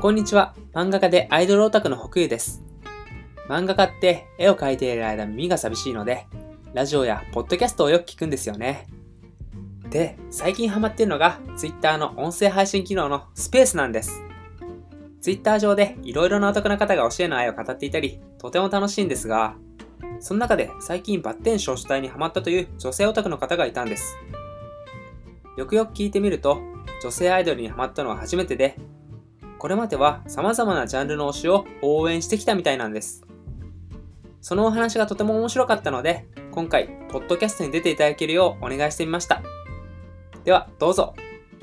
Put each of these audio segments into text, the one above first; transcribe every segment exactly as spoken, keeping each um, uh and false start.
こんにちは。漫画家でアイドルオタクの北湯です。漫画家って絵を描いている間耳が寂しいので、ラジオやポッドキャストをよく聞くんですよね。で、最近ハマっているのが Twitter の音声配信機能のスペースなんです。Twitter 上でいろいろなオタクの方が教えの愛を語っていたり、とても楽しいんですが、その中で最近バッテン少女隊にハマったという女性オタクの方がいたんです。よくよく聞いてみると、女性アイドルにハマったのは初めてで、これまでは様々なジャンルの推しを応援してきたみたいなんです。そのお話がとても面白かったので、今回、ポッドキャストに出ていただけるようお願いしてみました。では、どうぞ。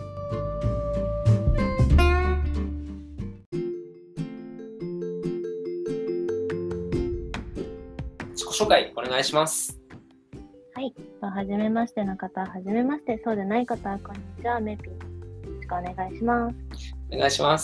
自己紹介お願いします。 はい、はじめましての方ははじめまして、そうでない方はこんにちは。メピよろしくお願いします。 お願いします。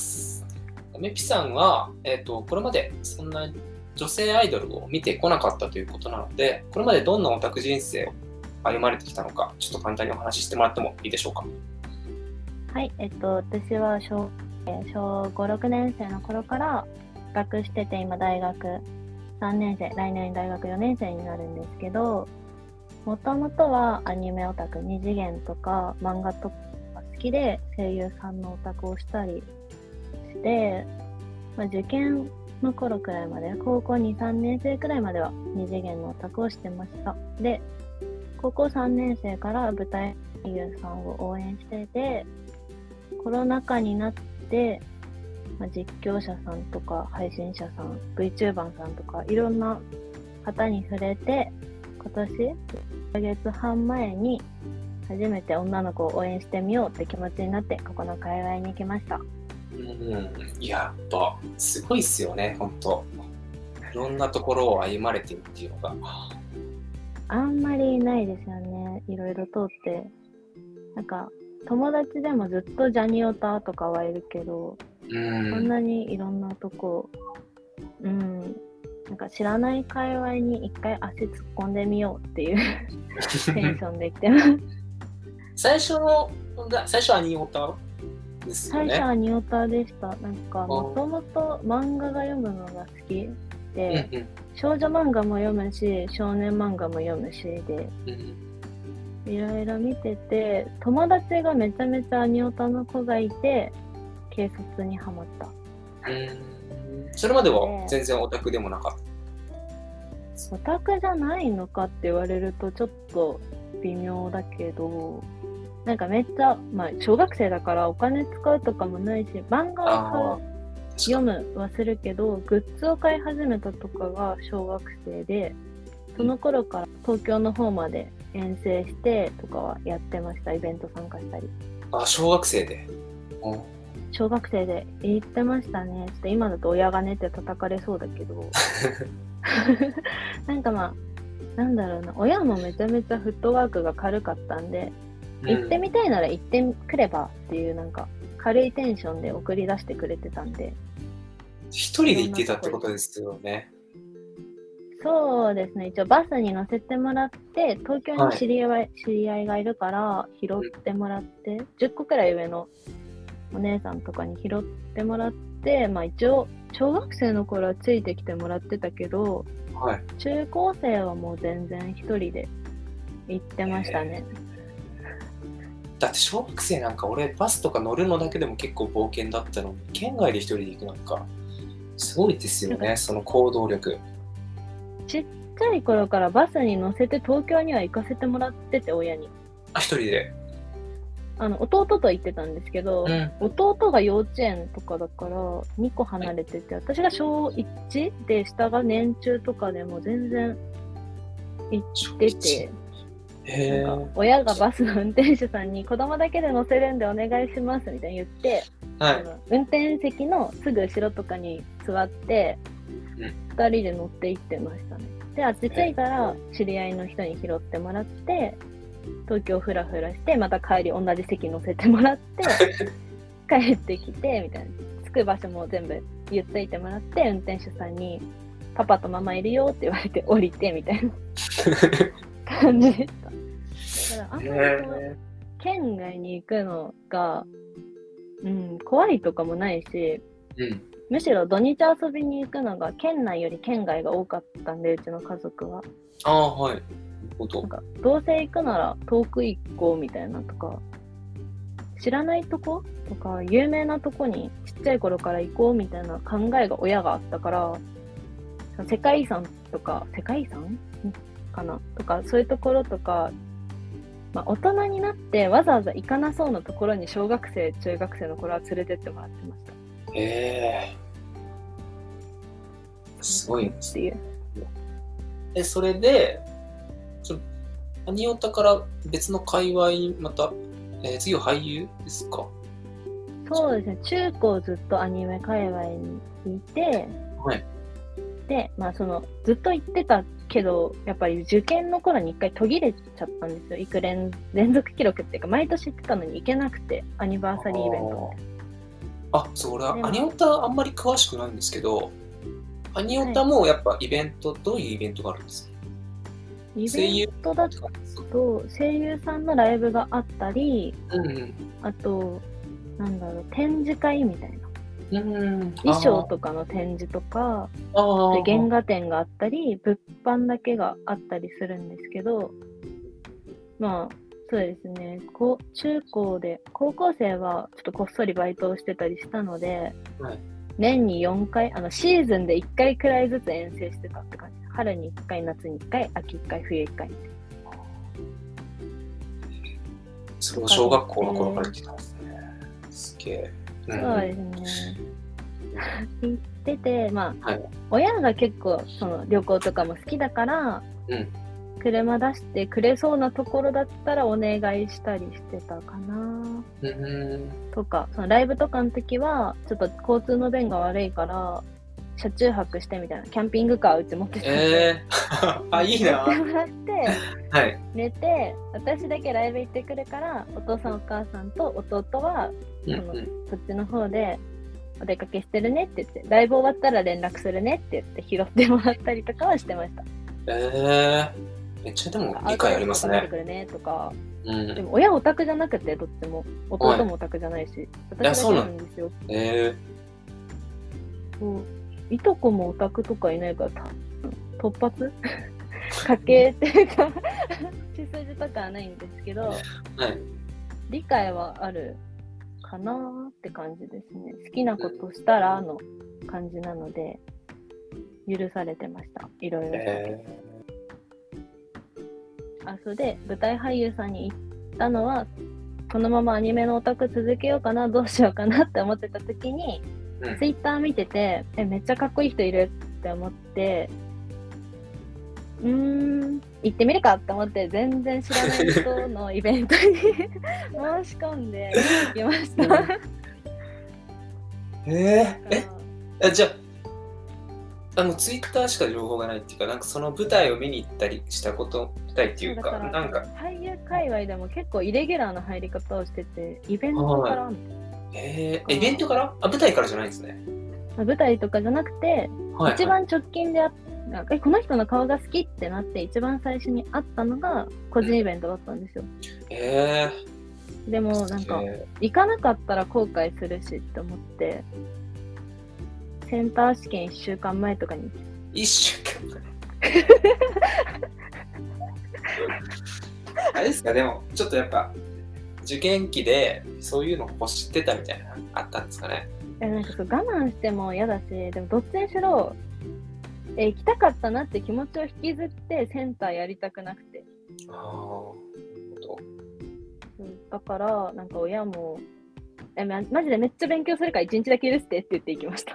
メピさんは、えーと、これまでそんな女性アイドルを見てこなかったということなので、これまでどんなオタク人生を歩まれてきたのか、ちょっと簡単にお話ししてもらってもいいでしょうか。 はい、えっと、私は小、小ご、ろくねん生の頃から学してて、今大学さんねん生、来年大学よねん生になるんですけど、もともとはアニメオタク、二次元とか漫画とか好きで声優さんのオタクをしたりして、まあ、受験の頃くらいまで、高校に、さんねん生くらいまでは二次元のオタクをしてました。で、高校さんねん生から舞台俳優さんを応援してて、コロナ禍になって、まあ、実況者さんとか配信者さん、VTuber さんとかいろんな方に触れて、今年いっかげつはん前に初めて女の子を応援してみようって気持ちになって、ここの界隈に来ました。 うん、やっぱすごいっすよね、本当。いろんなところを歩まれてるっていうのが。 あんまりないですよね、いろいろ通って。なんか友達でもずっとジャニオタとかはいるけど、 うん、 そんなにいろんなとこ、うん、なんか知らない界隈に一回足突っ込んでみようっていうテンションで来てます。 最初の最初はアニオタですよね。 最初はアニオタでした。なんかもともと漫画が読むのが好きで、うんうん、少女漫画も読むし少年漫画も読むしで、うん、いろいろ見てて、友達がめちゃめちゃアニオタの子がいて警察にハマった。 うん、それまでは全然オタクでもなかった。 オタクじゃないのかって言われるとちょっと微妙だけど、なんかめっちゃ、まあ小学生だからお金使うとかもないし、漫画を買う、読むはするけど、グッズを買い始めたとかが小学生で、その頃から東京の方まで遠征してとかはやってました。イベント参加したり。 あ、小学生で。 小学生で言ってましたね。ちょっと今だと親がねって叩かれそうだけどなんかまあなんだろうな、親もめちゃめちゃフットワークが軽かったんで、うん、行ってみたいなら行ってくればっていう、なんか軽いテンションで送り出してくれてたんで。 一人で行ってたってことですよね。 そうですね、一応バスに乗せてもらって、東京に知り合い、はい、知り合いがいるから拾ってもらって、うん、じゅっこくらい上のお姉さんとかに拾ってもらって、まあ一応小学生の頃はついてきてもらってたけど、はい、中高生はもう全然一人で行ってましたね。 だって小学生なんか俺バスとか乗るのだけでも結構冒険だったのに、県外で一人で行くなんかすごいですよね、その行動力。 ちっちゃい頃からバスに乗せて東京には行かせてもらってて、親に。 あ、一人で。 あの弟と行ってたんですけど、うん、弟が幼稚園とかだからにこ離れてて、はい、私が小いちで下が年中とかでも全然行ってて、 へなんか親がバスの運転手さんに子供だけで乗せるんでお願いしますみたいに言って、はい、あの運転席のすぐ後ろとかに座って、うん、ふたりで乗って行ってましたね。で、あっち着いたら知り合いの人に拾ってもらって東京フラフラして、また帰り同じ席乗せてもらって帰ってきてみたいな、着く場所も全部言っといてもらって、運転手さんにパパとママいるよって言われて降りてみたいな感じでした。だからあんまりこう県外に行くのが、うん、怖いとかもないし、 うん。 むしろ土日遊びに行くのが県内より県外が多かったんで、うちの家族は。 ああ、はい。なるほど。 なんかどうせ行くなら遠く行こうみたいなとか、知らないとことか有名なとこにちっちゃい頃から行こうみたいな考えが親があったから、世界遺産とか、世界遺産かなとか、そういうところとか、まあ、大人になってわざわざ行かなそうなところに小学生、中学生の頃は連れてってもらってました。 へえー。すごいですっていう。 え、それで、そアニオタから別の界隈にまた、えー、次は俳優ですか？ そうですね、中高ずっとアニメ界隈にいて、 はい。 で、まあその、ずっと行ってたけど、やっぱり受験の頃に一回途切れちゃったんですよ。行く連連続記録っていうか、毎年行ってたのに行けなくて、アニバーサリーイベントみたいな。 あ、そう、俺はアニオタあんまり詳しくないんですけど、アニオタもやっぱイベント、はい、どういうイベントがあるんですか？ イベントだと声優さんのライブがあったり、 うんうん、 あと、なんだろう、展示会みたいな。 うん、 衣装とかの展示とか、で原画展があったり、物販だけがあったりするんですけど、まあ、そうですね、こ中高で、高校生はちょっとこっそりバイトをしてたりしたので、 はい、 年によんかい、あのシーズンでいっかいくらいずつ遠征してたって感じ。春にいっかい、夏にいっかい、秋いっかい、冬いっかい。 それも小学校の頃から言ってたんですね。すげえ。 うん、そうですね。行ってて、まあ、はい、親が結構その旅行とかも好きだから、うん、車出してくれそうなところだったらお願いしたりしてたかな。うん、とか、そのライブとかの時は、ちょっと交通の便が悪いから、車中泊してみたいな、キャンピングカーうち持ってたんで、えー、あ、いいな。 持ってもらって、 はい、 寝て、私だけライブ行ってくるから、お父さんお母さんと弟は、その、うんうん、そっちの方で、お出かけしてるねって言って、ライブ終わったら連絡するねって言って拾ってもらったりとかはしてました。 えー、めっちゃでも理解ありますね。 会ってくるねとか、 うん、 でも親オタクじゃなくてどっちも、弟もオタクじゃないし、はい、私だけなんですよ。 えー、そういとこもオタクとかいないから突発家系っていうか血筋とかはないんですけど、はい、理解はあるかなーって感じですね。好きなことしたらの感じなので許されてました。いろいろ。えー、あ、それで舞台俳優さんに行ったのはこのままアニメのオタク続けようかな、どうしようかなって思ってた時に、うん、ツイッター見ててえめっちゃかっこいい人いるって思って、うーん行ってみるかって思って全然知らない人のイベントに申し込んで行きましたえー、えじゃああのツイッターしか情報がないっていうか、なんかその舞台を見に行ったりしたことたいっていうか、 かなんか俳優界隈でも結構イレギュラーな入り方をしてて、イベントから、 えー、イベントからあ舞台からじゃないんですね。 舞台とかじゃなくて、はいはい、一番直近であなんかえこの人の顔が好きってなって一番最初に会ったのが個人イベントだったんですよ。 えー、でもなんか行かなかったら後悔するしって思って、センター試験いっしゅうかんまえとかにいっしゅうかんまえあれですか、でもちょっとやっぱ受験期でそういうのを欲してたみたいなのあったんですかね。 いやなんかそう我慢しても嫌だし、でもどっちにしろえ行きたかったなって気持ちを引きずってセンターやりたくなくて。ああ、なるほど。だからなんか親もえマジでめっちゃ勉強するから一日だけ許してって言って行きました。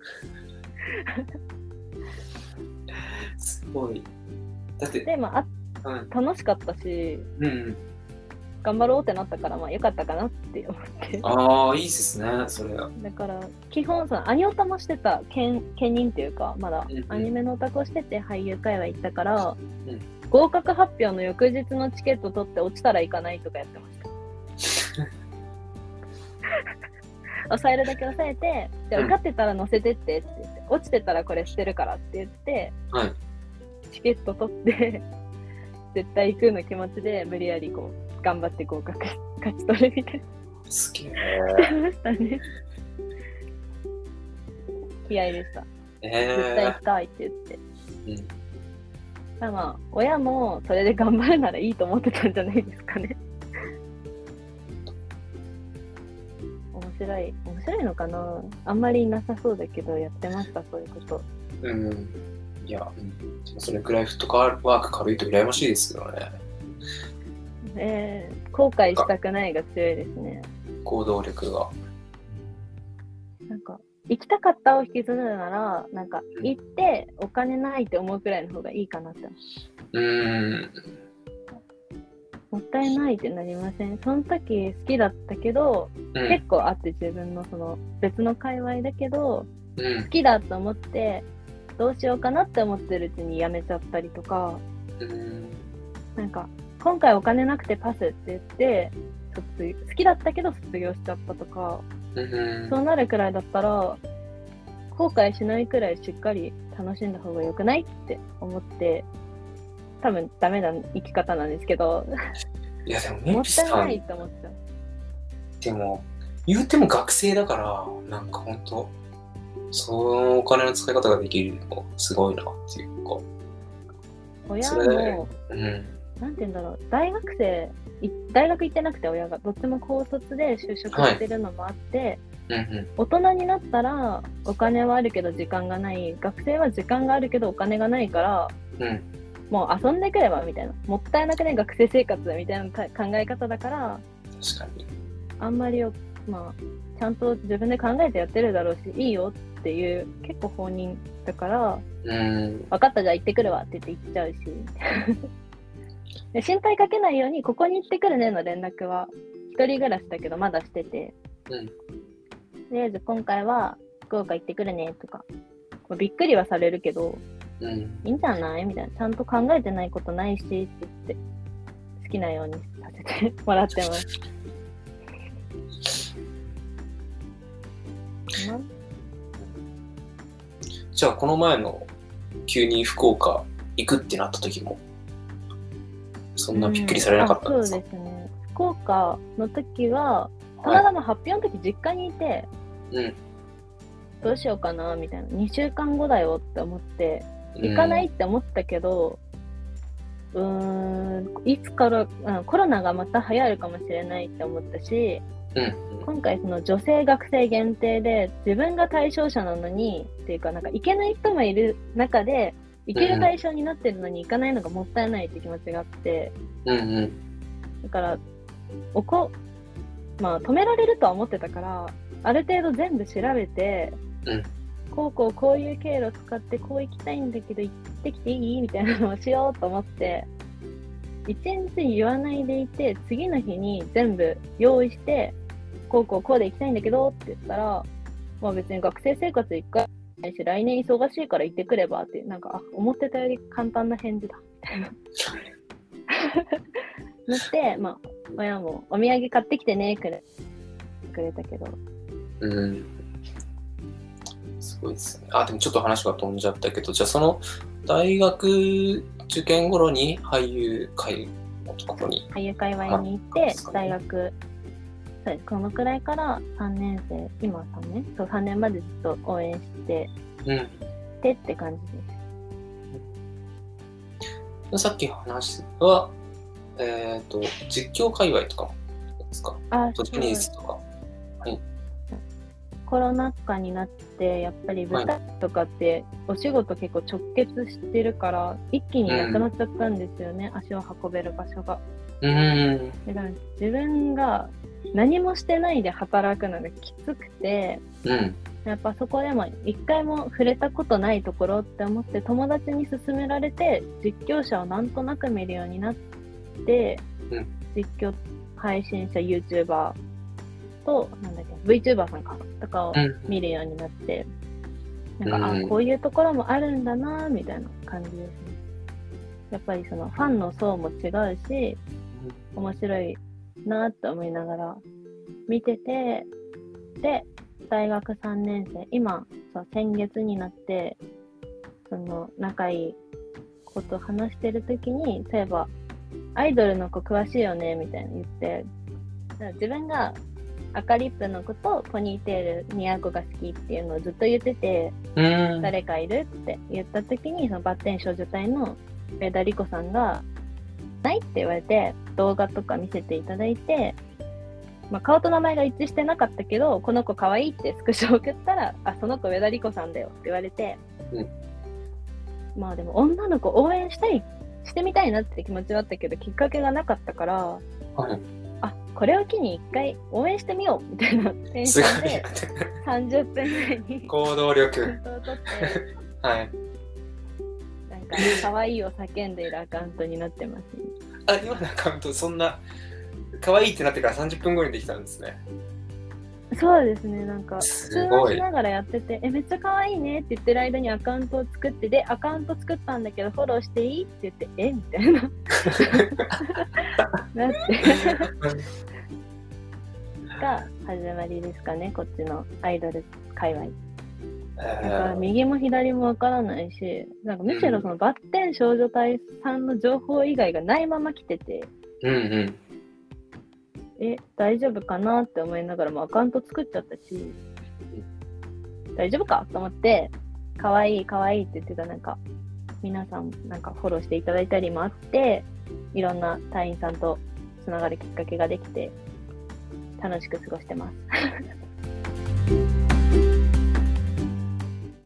すごい。だってでまあ、うん、楽しかったし、うんうん、頑張ろうってなったからまあ良かったかなって思って。 ああいいですねそれは。 だから基本さアニオタもしてた兼兼任っていうかまだアニメのオタクをしてて俳優会話行ったから、うん、合格発表の翌日のチケット取って落ちたら行かないとかやってました。抑えるだけ抑えて、じゃあ受かってたら乗せてってって言って、落ちてたらこれ捨てるからって言って、はい、チケット取って絶対行くの気持ちで無理やりこう頑張って合格勝ち取るみたいな。 すげえ。 してましたね。 気合いでした。 え絶対行きたいって言って。うん。まあ、親もそれで頑張るならいいと思ってたんじゃないですかね。面白い、面白いのかな。あんまりなさそうだけど、やってました、そういうこと。 うん。いや、うん、それくらいフットワーク軽いと羨ましいですけどね。 えー、後悔したくないが強いですね。 行動力が。 なんか、行きたかったを引きずるなら、なんか、行ってお金ないって思うくらいの方がいいかなって。 うーん。 もったいないってなりません？その時好きだったけど、うん、結構あって自分のその別の界隈だけど、うん、好きだと思ってどうしようかなって思ってるうちにやめちゃったりとか、うん、なんか今回お金なくてパスって言って卒好きだったけど卒業しちゃったとか、うん、そうなるくらいだったら後悔しないくらいしっかり楽しんだ方がよくないって思って、多分ダメな生き方なんですけど、 いやでもメンピスさん、 もったいないと思っちゃう。 でも言うても学生だからなんか本当そのお金の使い方ができるのすごいなっていうか。 親も、うん、なんて言うんだろう、大学生大学行ってなくて親がどっちも高卒で就職してるのもあって、はい、うんうん、大人になったらお金はあるけど時間がない、学生は時間があるけどお金がないから。うん、もう遊んでくればみたいな、もったいなくね学生生活みたいな考え方だから、 確かにあんまりよ、まあちゃんと自分で考えてやってるだろうしいいよっていう結構放任だから、うん、分かったじゃあ行ってくるわって言って行っちゃうしで心配かけないようにここに行ってくるねの連絡は一人暮らしだけどまだしてて、うん、とりあえず今回は福岡行ってくるねとか、まあ、びっくりはされるけど、うん、いいんじゃないみたいな、ちゃんと考えてないことないしって言って好きなようにさせてもらってます。 じゃあこの前の急に福岡行くってなった時もそんなびっくりされなかったんですか？ うん、そうですね。福岡の時はたまたま発表の時実家にいて、はい、うん、どうしようかなみたいな、にしゅうかんごだよって思って行かないって思ったけど、うーん、いつから、うん、コロナがまた流行るかもしれないって思ったし、うん、今回その女性学生限定で自分が対象者なのにっていうか、なんか行けない人もいる中で行ける対象になってるのに行かないのがもったいないって気持ちがあって、うんうん、だからおこ、まあ止められるとは思ってたから、ある程度全部調べて、うん、こうこうこういう経路使ってこう行きたいんだけど行ってきていいみたいなのをしようと思って一日言わないでいて、次の日に全部用意してこうこうこうで行きたいんだけどって言ったら、まあ別に学生生活一回ないし来年忙しいから行ってくればって、なんかあ思ってたより簡単な返事だみたいななって、まあ親もお土産買ってきてねくれくれたけど、 うん、すごいですね。あ、でもちょっと話が飛んじゃったけど、じゃあその大学受験頃に俳優会のところに俳優界隈に行って、ね、大学そうです、このくらいからさんねん生、今さんねんそうさんねんまでずっと応援して、うん、てって感じです。さっき話は、えっと実況界隈とかもですか？ あ、 ジャニーズとか。はい。 コロナ禍になってやっぱり舞台とかってお仕事結構直結してるから、はい、一気になくなっちゃったんですよね、うん、足を運べる場所が。うん、だから自分が何もしてないで働くのがきつくて、うん、やっぱそこでも一回も触れたことないところって思って友達に勧められて実況者をなんとなく見るようになって、うん、実況配信者 YouTuber となんだっけ VTuber さんかとかを見るようになって、うん、なんか、うん、あこういうところもあるんだなみたいな感じですね。やっぱりそのファンの層も違うし面白いなって思いながら見てて、で大学さんねん生、今そう先月になってその仲いいことを話してる時に、そういえばアイドルの子詳しいよねみたいな言って、自分が赤リップの子とポニーテール似合う子が好きっていうのをずっと言ってて、 うーん。 誰かいるって言った時に、そのバッテン少女隊の上田理子さんがないって言われて、動画とか見せていただいて、まあ、顔と名前が一致してなかったけど、この子可愛いってスクショ送ったら、あ、その子上田理子さんだよって言われて、 うん、 まあでも女の子応援したいしてみたいなって気持ちはあったけど、きっかけがなかったから、 はい、 あ、これを機に一回応援してみようみたいなテンションでさんじゅっぷんぐらいに行動力コメントを取ってはい。 なんか可愛いを叫んでいるアカウントになってます、ね、 あ、今のアカウントそんな可愛いってなってからさんじゅっぷんごにできたんですね。 そうですね、なんかす通ごい話しながらやってて、え、めっちゃ可愛いねって言ってる間にアカウントを作って、で、アカウント作ったんだけどフォローしていいって言って、えみたいななってが始まりですかね、こっちのアイドル界隈。だから右も左もわからないし、なんかむしろそのバッテン少女隊さんの情報以外がないまま来てて、 うんうん。 え、大丈夫かなって思いながらもアカウント作っちゃったし、大丈夫かと思って、かわいいかわいいって言ってた、なんか皆さんなんかフォローしていただいたりもあって、いろんな隊員さんとつながるきっかけができて楽しく過ごしてます